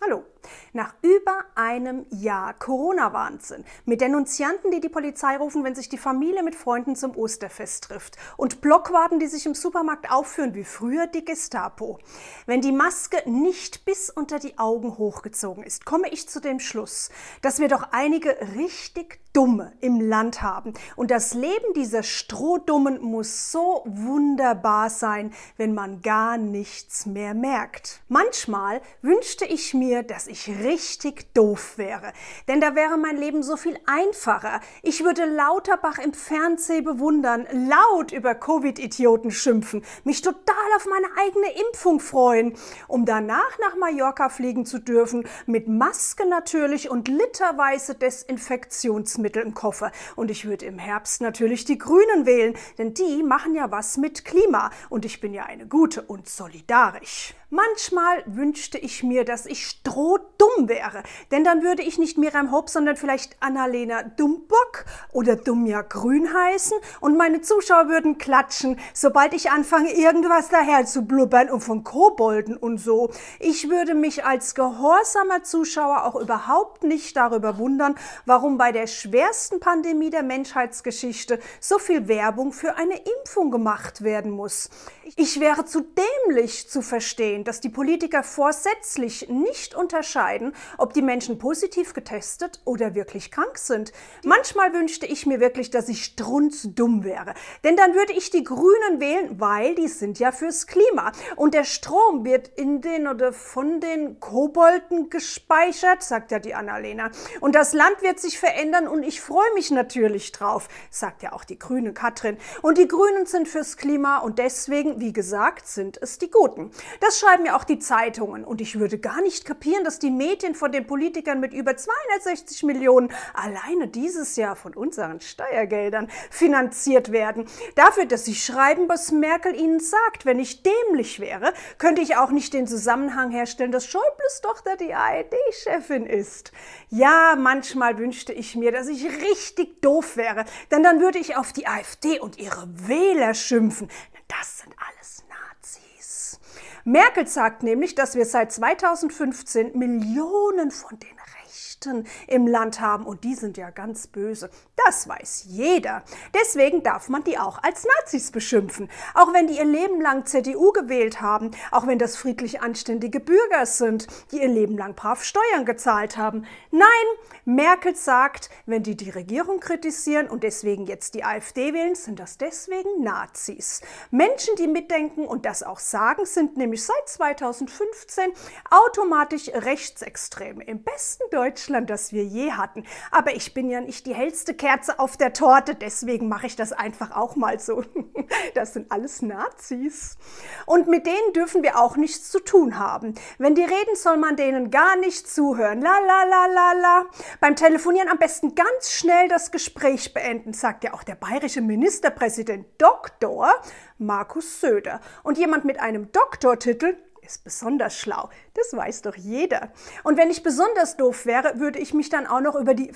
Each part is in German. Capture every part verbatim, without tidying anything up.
Hallo. Nach über einem Jahr Corona-Wahnsinn, mit Denunzianten, die die Polizei rufen, wenn sich die Familie mit Freunden zum Osterfest trifft, und Blockwarten, die sich im Supermarkt aufführen wie früher die Gestapo. Wenn die Maske nicht bis unter die Augen hochgezogen ist, komme ich zu dem Schluss, dass wir doch einige richtig Dumme im Land haben. Und das Leben dieser Strohdummen muss so wunderbar sein, wenn man gar nichts mehr merkt. Manchmal wünschte ich mir, dass ich richtig doof wäre. Denn da wäre mein Leben so viel einfacher. Ich würde Lauterbach im Fernsehen bewundern, laut über Covid-Idioten schimpfen, mich total auf meine eigene Impfung freuen, um danach nach Mallorca fliegen zu dürfen, mit Maske natürlich und literweise Desinfektionsmittel im Koffer. Und ich würde im Herbst natürlich die Grünen wählen, denn die machen ja was mit Klima. Und ich bin ja eine gute und solidarisch. Manchmal wünschte ich mir, dass ich strohdumm wäre, denn dann würde ich nicht Miriam Hopp, sondern vielleicht Annalena Dumbock oder Dumja Grün heißen und meine Zuschauer würden klatschen, sobald ich anfange, irgendwas daher zu blubbern und von Kobolden und so. Ich würde mich als gehorsamer Zuschauer auch überhaupt nicht darüber wundern, warum bei der schwersten Pandemie der Menschheitsgeschichte so viel Werbung für eine Impfung gemacht werden muss. Ich wäre zu dämlich zu verstehen, dass die Politiker vorsätzlich nicht unterscheiden, ob die Menschen positiv getestet oder wirklich krank sind. Manchmal wünschte ich mir wirklich, dass ich strunzdumm wäre. Denn dann würde ich die Grünen wählen, weil die sind ja fürs Klima. Und der Strom wird in den oder von den Kobolden gespeichert, sagt ja die Annalena. Und das Land wird sich verändern und ich freue mich natürlich drauf, sagt ja auch die grüne Katrin. Und die Grünen sind fürs Klima und deswegen, wie gesagt, sind es die Guten. Das schreiben ja auch die Zeitungen. Und ich würde gar nicht kapieren, dass die Medien von den Politikern mit über zweihundertsechzig Millionen alleine dieses Jahr von unseren Steuergeldern finanziert werden. Dafür, dass sie schreiben, was Merkel ihnen sagt. Wenn ich dämlich wäre, könnte ich auch nicht den Zusammenhang herstellen, dass Schäubles Tochter die A R D-Chefin ist. Ja, manchmal wünschte ich mir, dass ich richtig doof wäre, denn dann würde ich auf die AfD und ihre Wähler schimpfen. Das sind alles Nazis. Merkel sagt nämlich, dass wir seit zweitausendfünfzehn Millionen von den Rechten im Land haben und die sind ja ganz böse. Das weiß jeder. Deswegen darf man die auch als Nazis beschimpfen. Auch wenn die ihr Leben lang C D U gewählt haben, auch wenn das friedlich anständige Bürger sind, die ihr Leben lang brav Steuern gezahlt haben. Nein, Merkel sagt, wenn die die Regierung kritisieren und deswegen jetzt die AfD wählen, sind das deswegen Nazis. Menschen, die mitdenken und das auch sagen, sind nämlich seit zweitausendfünfzehn automatisch Rechtsextreme. Im besten Deutschland, das wir je hatten. Aber ich bin ja nicht die hellste Kerze auf der Torte, deswegen mache ich das einfach auch mal so. Das sind alles Nazis. Und mit denen dürfen wir auch nichts zu tun haben. Wenn die reden, soll man denen gar nicht zuhören. La la la la la. Beim Telefonieren am besten ganz schnell das Gespräch beenden, sagt ja auch der bayerische Ministerpräsident Doktor Markus Söder. Und jemand mit einem Doktortitel ist besonders schlau. Das weiß doch jeder. Und wenn ich besonders doof wäre, würde ich mich dann auch noch über die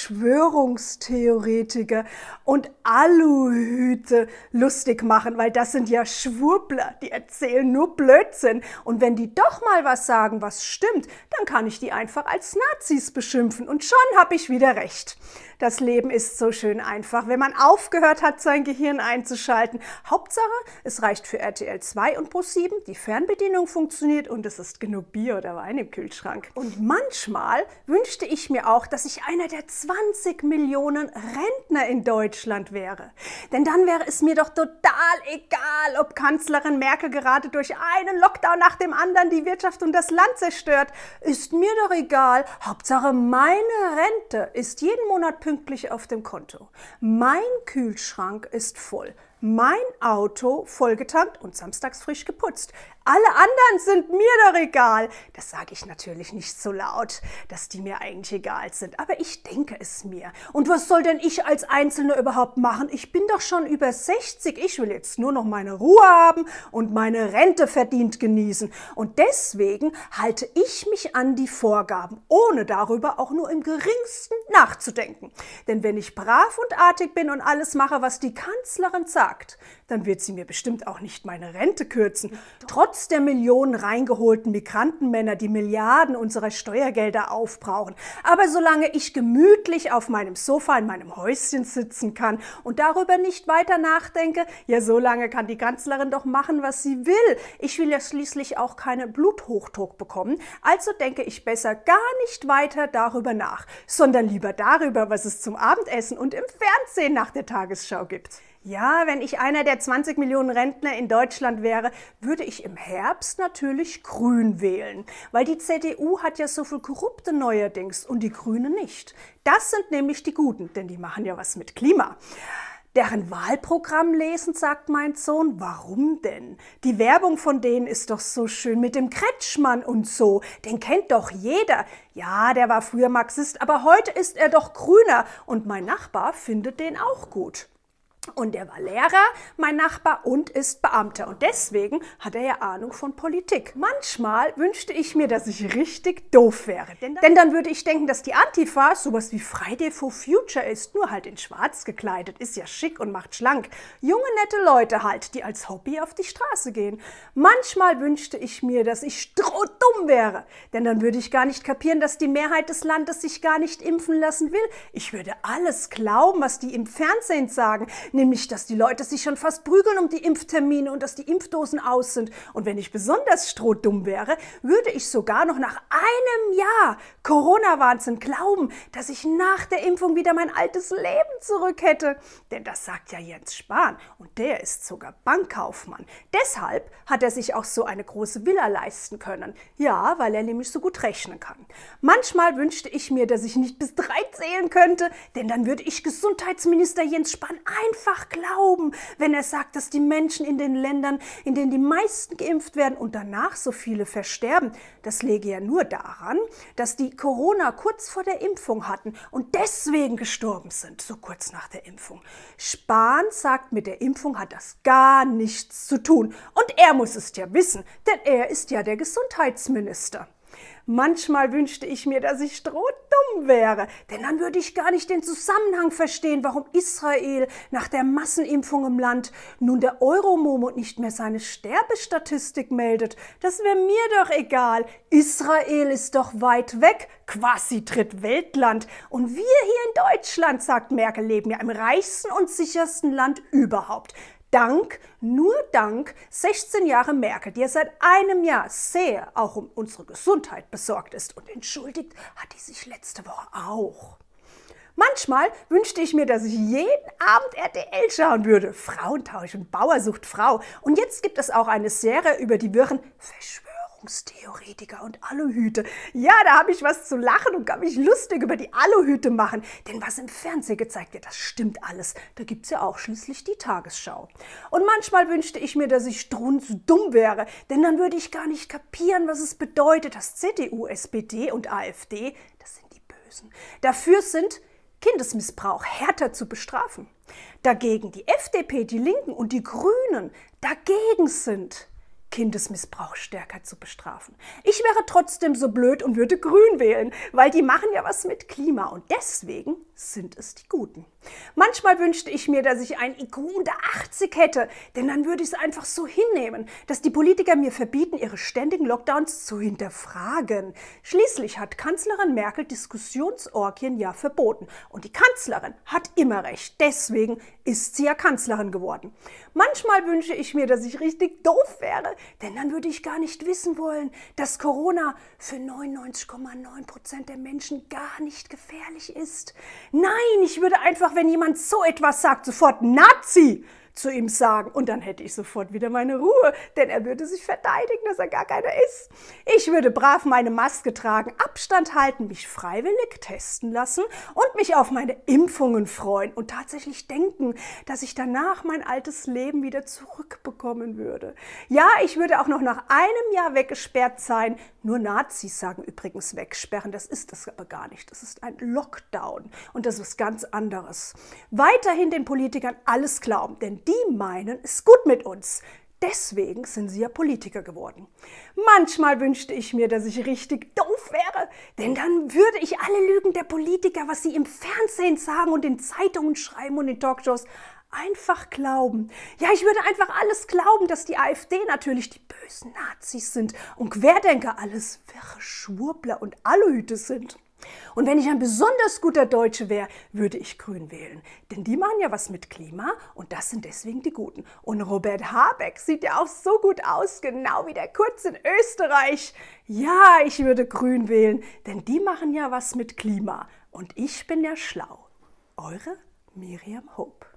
Verschwörungstheoretiker und Aluhüte lustig machen, weil das sind ja Schwurbler, die erzählen nur Blödsinn. Und wenn die doch mal was sagen, was stimmt, dann kann ich die einfach als Nazis beschimpfen und schon habe ich wieder recht. Das Leben ist so schön einfach, wenn man aufgehört hat, sein Gehirn einzuschalten. Hauptsache, es reicht für R T L zwei und Pro sieben, die Fernbedienung funktioniert und es ist genug Bier oder Wein im Kühlschrank. Und manchmal wünschte ich mir auch, dass ich einer der zwanzig Millionen Rentner in Deutschland wäre. Denn dann wäre es mir doch total egal, ob Kanzlerin Merkel gerade durch einen Lockdown nach dem anderen die Wirtschaft und das Land zerstört. Ist mir doch egal. Hauptsache, meine Rente ist jeden Monat pünktlich auf dem Konto. Mein Kühlschrank ist voll. Mein Auto vollgetankt und samstags frisch geputzt. Alle anderen sind mir doch egal. Das sage ich natürlich nicht so laut, dass die mir eigentlich egal sind. Aber ich denke es mir. Und was soll denn ich als Einzelne überhaupt machen? Ich bin doch schon über sechzig. Ich will jetzt nur noch meine Ruhe haben und meine Rente verdient genießen. Und deswegen halte ich mich an die Vorgaben, ohne darüber auch nur im geringsten nachzudenken. Denn wenn ich brav und artig bin und alles mache, was die Kanzlerin sagt, dann wird sie mir bestimmt auch nicht meine Rente kürzen. Trotzdem trotz der Millionen reingeholten Migrantenmänner, die Milliarden unserer Steuergelder aufbrauchen. Aber solange ich gemütlich auf meinem Sofa in meinem Häuschen sitzen kann und darüber nicht weiter nachdenke, ja, solange kann die Kanzlerin doch machen, was sie will. Ich will ja schließlich auch keinen Bluthochdruck bekommen, also denke ich besser gar nicht weiter darüber nach, sondern lieber darüber, was es zum Abendessen und im Fernsehen nach der Tagesschau gibt. Ja, wenn ich einer der zwanzig Millionen Rentner in Deutschland wäre, würde ich im Herbst natürlich Grün wählen, weil die C D U hat ja so viel Korrupte neuerdings und die Grünen nicht. Das sind nämlich die Guten, denn die machen ja was mit Klima. Deren Wahlprogramm lesen, sagt mein Sohn. Warum denn? Die Werbung von denen ist doch so schön mit dem Kretschmann und so. Den kennt doch jeder. Ja, der war früher Marxist, aber heute ist er doch Grüner und mein Nachbar findet den auch gut. Und er war Lehrer, mein Nachbar, und ist Beamter. Und deswegen hat er ja Ahnung von Politik. Manchmal wünschte ich mir, dass ich richtig doof wäre. Denn dann, denn dann würde ich denken, dass die Antifa sowas wie Friday for Future ist, nur halt in schwarz gekleidet. Ist ja schick und macht schlank. Junge, nette Leute halt, die als Hobby auf die Straße gehen. Manchmal wünschte ich mir, dass ich strohdumm wäre. Denn dann würde ich gar nicht kapieren, dass die Mehrheit des Landes sich gar nicht impfen lassen will. Ich würde alles glauben, was die im Fernsehen sagen. Nämlich, dass die Leute sich schon fast prügeln um die Impftermine und dass die Impfdosen aus sind. Und wenn ich besonders strohdumm wäre, würde ich sogar noch nach einem Jahr Corona-Wahnsinn glauben, dass ich nach der Impfung wieder mein altes Leben zurück hätte. Denn das sagt ja Jens Spahn und der ist sogar Bankkaufmann. Deshalb hat er sich auch so eine große Villa leisten können. Ja, weil er nämlich so gut rechnen kann. Manchmal wünschte ich mir, dass ich nicht bis drei zählen könnte, denn dann würde ich Gesundheitsminister Jens Spahn einfach glauben, wenn er sagt, dass die Menschen in den Ländern, in denen die meisten geimpft werden und danach so viele versterben, das läge ja nur daran, dass die Corona kurz vor der Impfung hatten und deswegen gestorben sind, so kurz nach der Impfung. Spahn sagt, mit der Impfung hat das gar nichts zu tun und er muss es ja wissen, denn er ist ja der Gesundheitsminister. Manchmal wünschte ich mir, dass ich strohdumm wäre, denn dann würde ich gar nicht den Zusammenhang verstehen, warum Israel nach der Massenimpfung im Land nun der Euromomot nicht mehr seine Sterbestatistik meldet. Das wäre mir doch egal. Israel ist doch weit weg, quasi Drittweltland. Und wir hier in Deutschland, sagt Merkel, leben ja im reichsten und sichersten Land überhaupt. Dank, nur dank sechzehn Jahre Merkel, die ja seit einem Jahr sehr auch um unsere Gesundheit besorgt ist. Und entschuldigt hat die sich letzte Woche auch. Manchmal wünschte ich mir, dass ich jeden Abend R T L schauen würde. Frauentausch und Bauer sucht Frau. Und jetzt gibt es auch eine Serie über die wirren Verschwörungstheoretiker und Aluhüte. Ja, da habe ich was zu lachen und kann mich lustig über die Aluhüte machen. Denn was im Fernsehen gezeigt wird, das stimmt alles. Da gibt es ja auch schließlich die Tagesschau. Und manchmal wünschte ich mir, dass ich strunzdumm wäre. Denn dann würde ich gar nicht kapieren, was es bedeutet, dass C D U, S P D und AfD, das sind die Bösen, dafür sind, Kindesmissbrauch härter zu bestrafen. Dagegen die F D P, die Linken und die Grünen dagegen sind, Kindesmissbrauch stärker zu bestrafen. Ich wäre trotzdem so blöd und würde Grün wählen, weil die machen ja was mit Klima und deswegen sind es die Guten. Manchmal wünschte ich mir, dass ich ein I Q unter achtzig hätte, denn dann würde ich es einfach so hinnehmen, dass die Politiker mir verbieten, ihre ständigen Lockdowns zu hinterfragen. Schließlich hat Kanzlerin Merkel Diskussionsorgien ja verboten und die Kanzlerin hat immer recht, deswegen ist sie ja Kanzlerin geworden. Manchmal wünsche ich mir, dass ich richtig doof wäre, denn dann würde ich gar nicht wissen wollen, dass Corona für neunundneunzig Komma neun Prozent der Menschen gar nicht gefährlich ist. Nein, ich würde einfach, wenn jemand so etwas sagt, sofort Nazi zu ihm sagen und dann hätte ich sofort wieder meine Ruhe, denn er würde sich verteidigen, dass er gar keiner ist. Ich würde brav meine Maske tragen, Abstand halten, mich freiwillig testen lassen und mich auf meine Impfungen freuen und tatsächlich denken, dass ich danach mein altes Leben wieder zurückbekommen würde. Ja, ich würde auch noch nach einem Jahr weggesperrt sein. Nur Nazis sagen übrigens wegsperren, das ist das aber gar nicht. Das ist ein Lockdown und das ist ganz anderes. Weiterhin den Politikern alles glauben, denn die meinen, es ist gut mit uns. Deswegen sind sie ja Politiker geworden. Manchmal wünschte ich mir, dass ich richtig doof wäre, denn dann würde ich alle Lügen der Politiker, was sie im Fernsehen sagen und in Zeitungen schreiben und in Talkshows, einfach glauben. Ja, ich würde einfach alles glauben, dass die AfD natürlich die bösen Nazis sind und Querdenker alles wirre Schwurbler und Aluhüte sind. Und wenn ich ein besonders guter Deutsche wäre, würde ich Grün wählen. Denn die machen ja was mit Klima und das sind deswegen die Guten. Und Robert Habeck sieht ja auch so gut aus, genau wie der Kurz in Österreich. Ja, ich würde Grün wählen, denn die machen ja was mit Klima. Und ich bin ja schlau. Eure Miriam Hope.